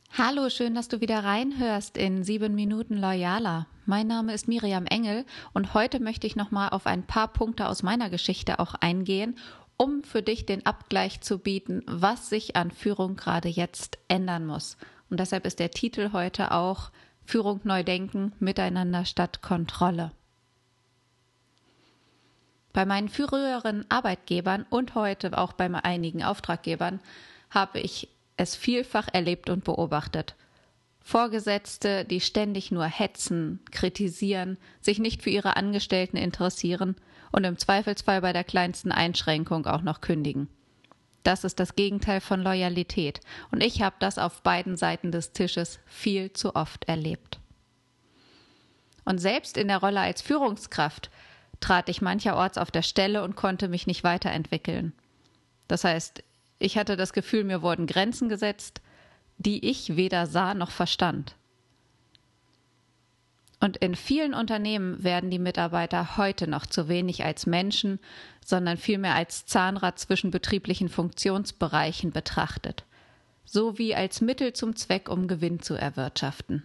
Hallo, schön, dass du wieder reinhörst in 7 Minuten Loyaler. Mein Name ist Miriam Engel und heute möchte ich nochmal auf ein paar Punkte aus meiner Geschichte auch eingehen, um für dich den Abgleich zu bieten, was sich an Führung gerade jetzt ändern muss. Und deshalb ist der Titel heute auch Führung neu denken, Miteinander statt Kontrolle. Bei meinen früheren Arbeitgebern und heute auch bei einigen Auftraggebern habe ich es vielfach erlebt und beobachtet. Vorgesetzte, die ständig nur hetzen, kritisieren, sich nicht für ihre Angestellten interessieren und im Zweifelsfall bei der kleinsten Einschränkung auch noch kündigen. Das ist das Gegenteil von Loyalität und ich habe das auf beiden Seiten des Tisches viel zu oft erlebt. Und selbst in der Rolle als Führungskraft trat ich mancherorts auf der Stelle und konnte mich nicht weiterentwickeln. Das heißt, ich hatte das Gefühl, mir wurden Grenzen gesetzt, die ich weder sah noch verstand. Und in vielen Unternehmen werden die Mitarbeiter heute noch zu wenig als Menschen, sondern vielmehr als Zahnrad zwischen betrieblichen Funktionsbereichen betrachtet, sowie als Mittel zum Zweck, um Gewinn zu erwirtschaften.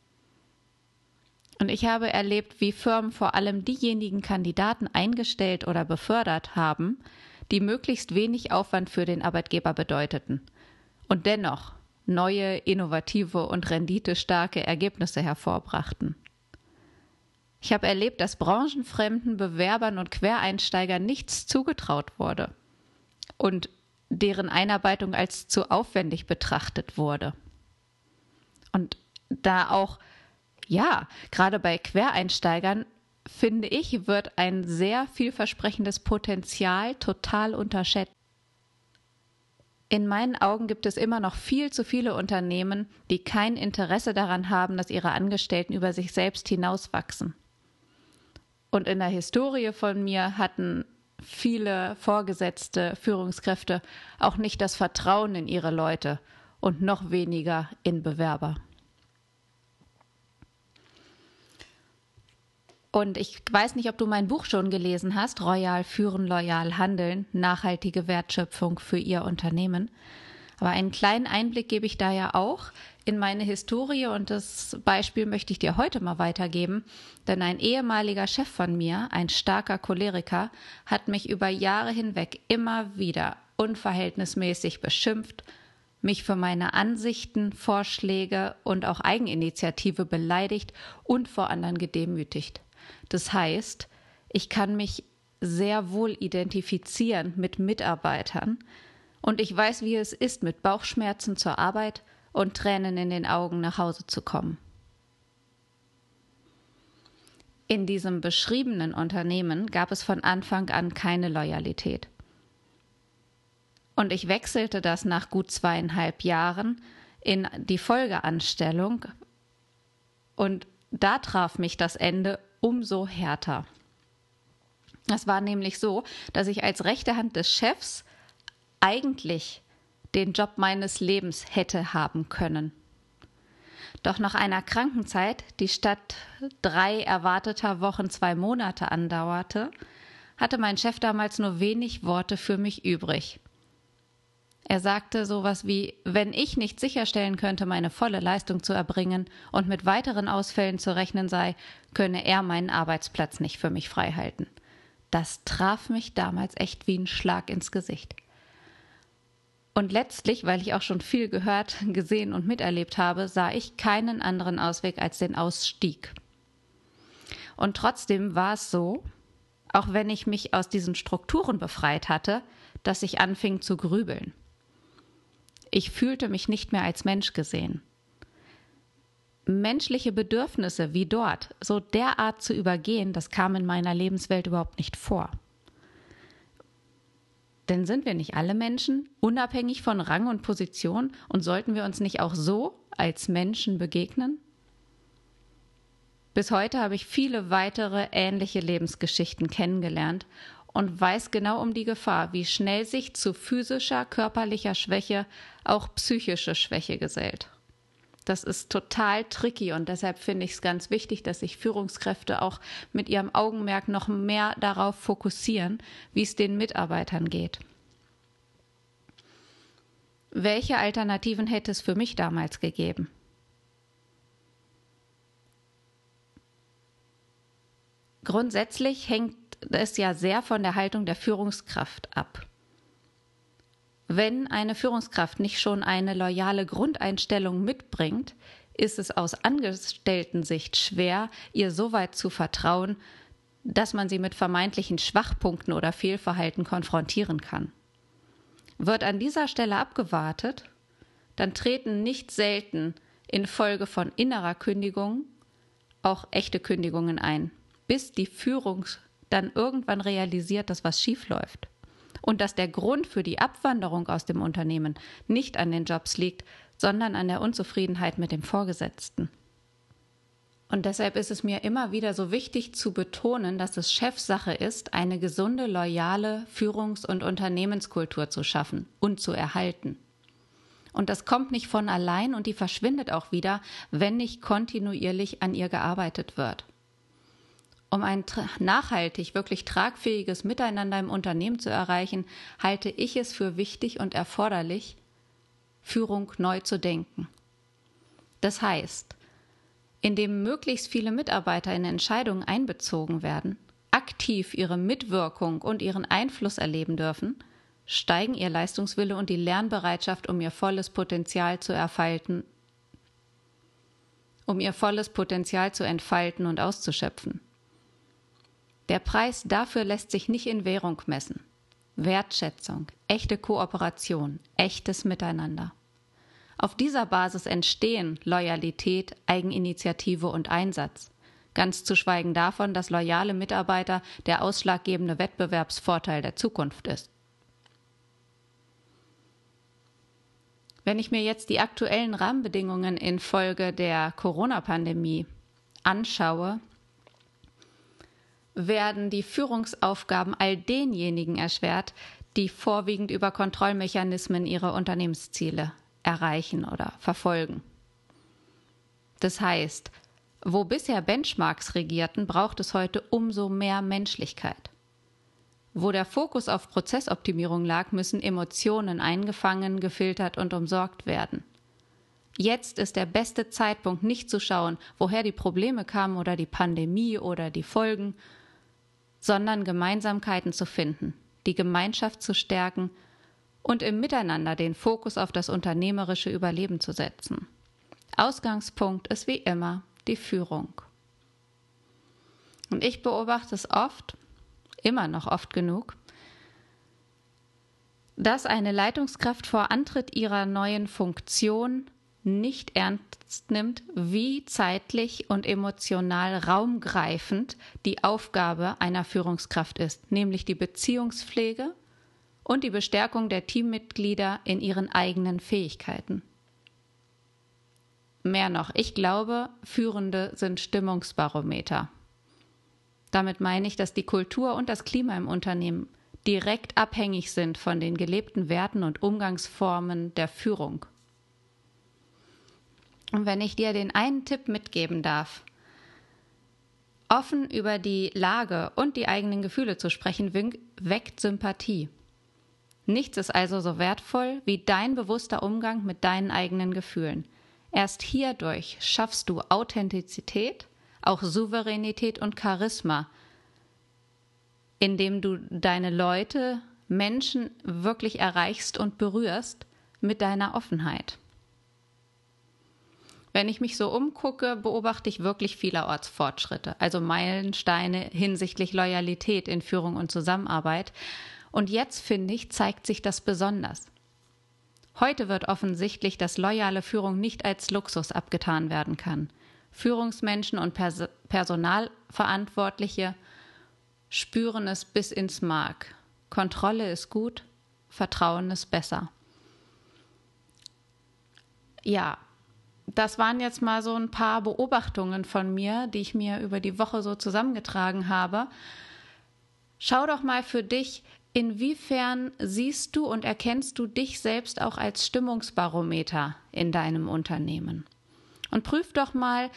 Und ich habe erlebt, wie Firmen vor allem diejenigen Kandidaten eingestellt oder befördert haben, die möglichst wenig Aufwand für den Arbeitgeber bedeuteten und dennoch neue, innovative und renditestarke Ergebnisse hervorbrachten. Ich habe erlebt, dass branchenfremden Bewerbern und Quereinsteigern nichts zugetraut wurde und deren Einarbeitung als zu aufwendig betrachtet wurde. Und da auch, gerade bei Quereinsteigern finde ich, wird ein sehr vielversprechendes Potenzial total unterschätzt. In meinen Augen gibt es immer noch viel zu viele Unternehmen, die kein Interesse daran haben, dass ihre Angestellten über sich selbst hinauswachsen. Und in der Historie von mir hatten viele Vorgesetzte, Führungskräfte auch nicht das Vertrauen in ihre Leute und noch weniger in Bewerber. Und ich weiß nicht, ob du mein Buch schon gelesen hast, Royal führen, loyal handeln, nachhaltige Wertschöpfung für Ihr Unternehmen. Aber einen kleinen Einblick gebe ich da ja auch in meine Historie und das Beispiel möchte ich dir heute mal weitergeben, denn ein ehemaliger Chef von mir, ein starker Choleriker, hat mich über Jahre hinweg immer wieder unverhältnismäßig beschimpft, mich für meine Ansichten, Vorschläge und auch Eigeninitiative beleidigt und vor anderen gedemütigt. Das heißt, ich kann mich sehr wohl identifizieren mit Mitarbeitern und ich weiß, wie es ist, mit Bauchschmerzen zur Arbeit und Tränen in den Augen nach Hause zu kommen. In diesem beschriebenen Unternehmen gab es von Anfang an keine Loyalität. Und ich wechselte das nach gut 2,5 Jahren in die Folgeanstellung und da traf mich das Ende umso härter. Es war nämlich so, dass ich als rechte Hand des Chefs eigentlich den Job meines Lebens hätte haben können. Doch nach einer Krankenzeit, die statt 3 erwarteter Wochen 2 Monate andauerte, hatte mein Chef damals nur wenig Worte für mich übrig. Er sagte sowas wie, wenn ich nicht sicherstellen könnte, meine volle Leistung zu erbringen und mit weiteren Ausfällen zu rechnen sei, könne er meinen Arbeitsplatz nicht für mich freihalten. Das traf mich damals echt wie ein Schlag ins Gesicht. Und letztlich, weil ich auch schon viel gehört, gesehen und miterlebt habe, sah ich keinen anderen Ausweg als den Ausstieg. Und trotzdem war es so, auch wenn ich mich aus diesen Strukturen befreit hatte, dass ich anfing zu grübeln. Ich fühlte mich nicht mehr als Mensch gesehen. Menschliche Bedürfnisse wie dort so derart zu übergehen, das kam in meiner Lebenswelt überhaupt nicht vor. Denn sind wir nicht alle Menschen, unabhängig von Rang und Position, und sollten wir uns nicht auch so als Menschen begegnen? Bis heute habe ich viele weitere ähnliche Lebensgeschichten kennengelernt und weiß genau um die Gefahr, wie schnell sich zu physischer, körperlicher Schwäche auch psychische Schwäche gesellt. Das ist total tricky und deshalb finde ich es ganz wichtig, dass sich Führungskräfte auch mit ihrem Augenmerk noch mehr darauf fokussieren, wie es den Mitarbeitern geht. welche Alternativen hätte es für mich damals gegeben? Grundsätzlich hängt es ja sehr von der Haltung der Führungskraft ab. Wenn eine Führungskraft nicht schon eine loyale Grundeinstellung mitbringt, ist es aus Angestellten-Sicht schwer, ihr so weit zu vertrauen, dass man sie mit vermeintlichen Schwachpunkten oder Fehlverhalten konfrontieren kann. Wird an dieser Stelle abgewartet, dann treten nicht selten infolge von innerer Kündigung auch echte Kündigungen ein, bis die Führung dann irgendwann realisiert, dass was schief läuft und dass der Grund für die Abwanderung aus dem Unternehmen nicht an den Jobs liegt, sondern an der Unzufriedenheit mit dem Vorgesetzten. Und deshalb ist es mir immer wieder so wichtig zu betonen, dass es Chefsache ist, eine gesunde, loyale Führungs- und Unternehmenskultur zu schaffen und zu erhalten. Und das kommt nicht von allein und die verschwindet auch wieder, wenn nicht kontinuierlich an ihr gearbeitet wird. Um ein nachhaltig, wirklich tragfähiges Miteinander im Unternehmen zu erreichen, halte ich es für wichtig und erforderlich, Führung neu zu denken. Das heißt, indem möglichst viele Mitarbeiter in Entscheidungen einbezogen werden, aktiv ihre Mitwirkung und ihren Einfluss erleben dürfen, steigen ihr Leistungswille und die Lernbereitschaft, um ihr volles Potenzial zu entfalten und auszuschöpfen. Der Preis dafür lässt sich nicht in Währung messen. Wertschätzung, echte Kooperation, echtes Miteinander. Auf dieser Basis entstehen Loyalität, Eigeninitiative und Einsatz. Ganz zu schweigen davon, dass loyale Mitarbeiter der ausschlaggebende Wettbewerbsvorteil der Zukunft ist. Wenn ich mir jetzt die aktuellen Rahmenbedingungen infolge der Corona-Pandemie anschaue, werden die Führungsaufgaben all denjenigen erschwert, die vorwiegend über Kontrollmechanismen ihre Unternehmensziele erreichen oder verfolgen. Das heißt, wo bisher Benchmarks regierten, braucht es heute umso mehr Menschlichkeit. Wo der Fokus auf Prozessoptimierung lag, müssen Emotionen eingefangen, gefiltert und umsorgt werden. Jetzt ist der beste Zeitpunkt, nicht zu schauen, woher die Probleme kamen oder die Pandemie oder die Folgen, sondern Gemeinsamkeiten zu finden, die Gemeinschaft zu stärken und im Miteinander den Fokus auf das unternehmerische Überleben zu setzen. Ausgangspunkt ist wie immer die Führung. Und ich beobachte es oft, immer noch oft genug, dass eine Leitungskraft vor Antritt ihrer neuen Funktion nicht ernst nimmt, wie zeitlich und emotional raumgreifend die Aufgabe einer Führungskraft ist, nämlich die Beziehungspflege und die Bestärkung der Teammitglieder in ihren eigenen Fähigkeiten. Mehr noch, ich glaube, Führende sind Stimmungsbarometer. Damit meine ich, dass die Kultur und das Klima im Unternehmen direkt abhängig sind von den gelebten Werten und Umgangsformen der Führung. Und wenn ich dir den einen Tipp mitgeben darf, offen über die Lage und die eigenen Gefühle zu sprechen, weckt Sympathie. Nichts ist also so wertvoll wie dein bewusster Umgang mit deinen eigenen Gefühlen. Erst hierdurch schaffst du Authentizität, auch Souveränität und Charisma, indem du deine Leute, Menschen wirklich erreichst und berührst mit deiner Offenheit. Wenn ich mich so umgucke, beobachte ich wirklich vielerorts Fortschritte, also Meilensteine hinsichtlich Loyalität in Führung und Zusammenarbeit. Und jetzt, finde ich, zeigt sich das besonders. Heute wird offensichtlich, dass loyale Führung nicht als Luxus abgetan werden kann. Führungsmenschen und Personalverantwortliche spüren es bis ins Mark. Kontrolle ist gut, Vertrauen ist besser. Ja, das waren jetzt mal so ein paar Beobachtungen von mir, die ich mir über die Woche so zusammengetragen habe. Schau doch mal für dich, inwiefern siehst du und erkennst du dich selbst auch als Stimmungsbarometer in deinem Unternehmen? Und prüf doch mal,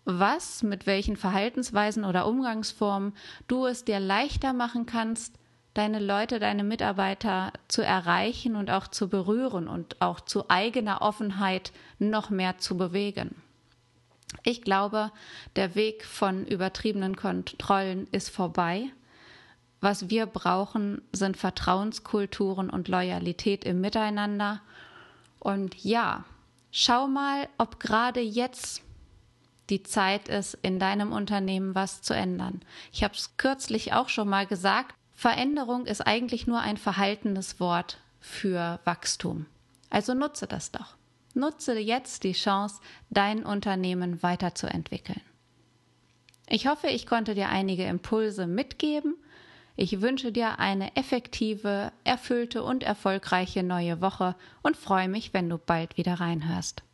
mit welchen Verhaltensweisen oder Umgangsformen du es dir leichter machen kannst, deine Leute, deine Mitarbeiter zu erreichen und auch zu berühren und auch zu eigener Offenheit noch mehr zu bewegen. Ich glaube, der Weg von übertriebenen Kontrollen ist vorbei. Was wir brauchen, sind Vertrauenskulturen und Loyalität im Miteinander. Und ja, schau mal, ob gerade jetzt die Zeit ist, in deinem Unternehmen was zu ändern. Ich habe es kürzlich auch schon mal gesagt, Veränderung ist eigentlich nur ein verhaltenes Wort für Wachstum. Also nutze das doch. Nutze jetzt die Chance, dein Unternehmen weiterzuentwickeln. Ich hoffe, ich konnte dir einige Impulse mitgeben. Ich wünsche dir eine effektive, erfüllte und erfolgreiche neue Woche und freue mich, wenn du bald wieder reinhörst.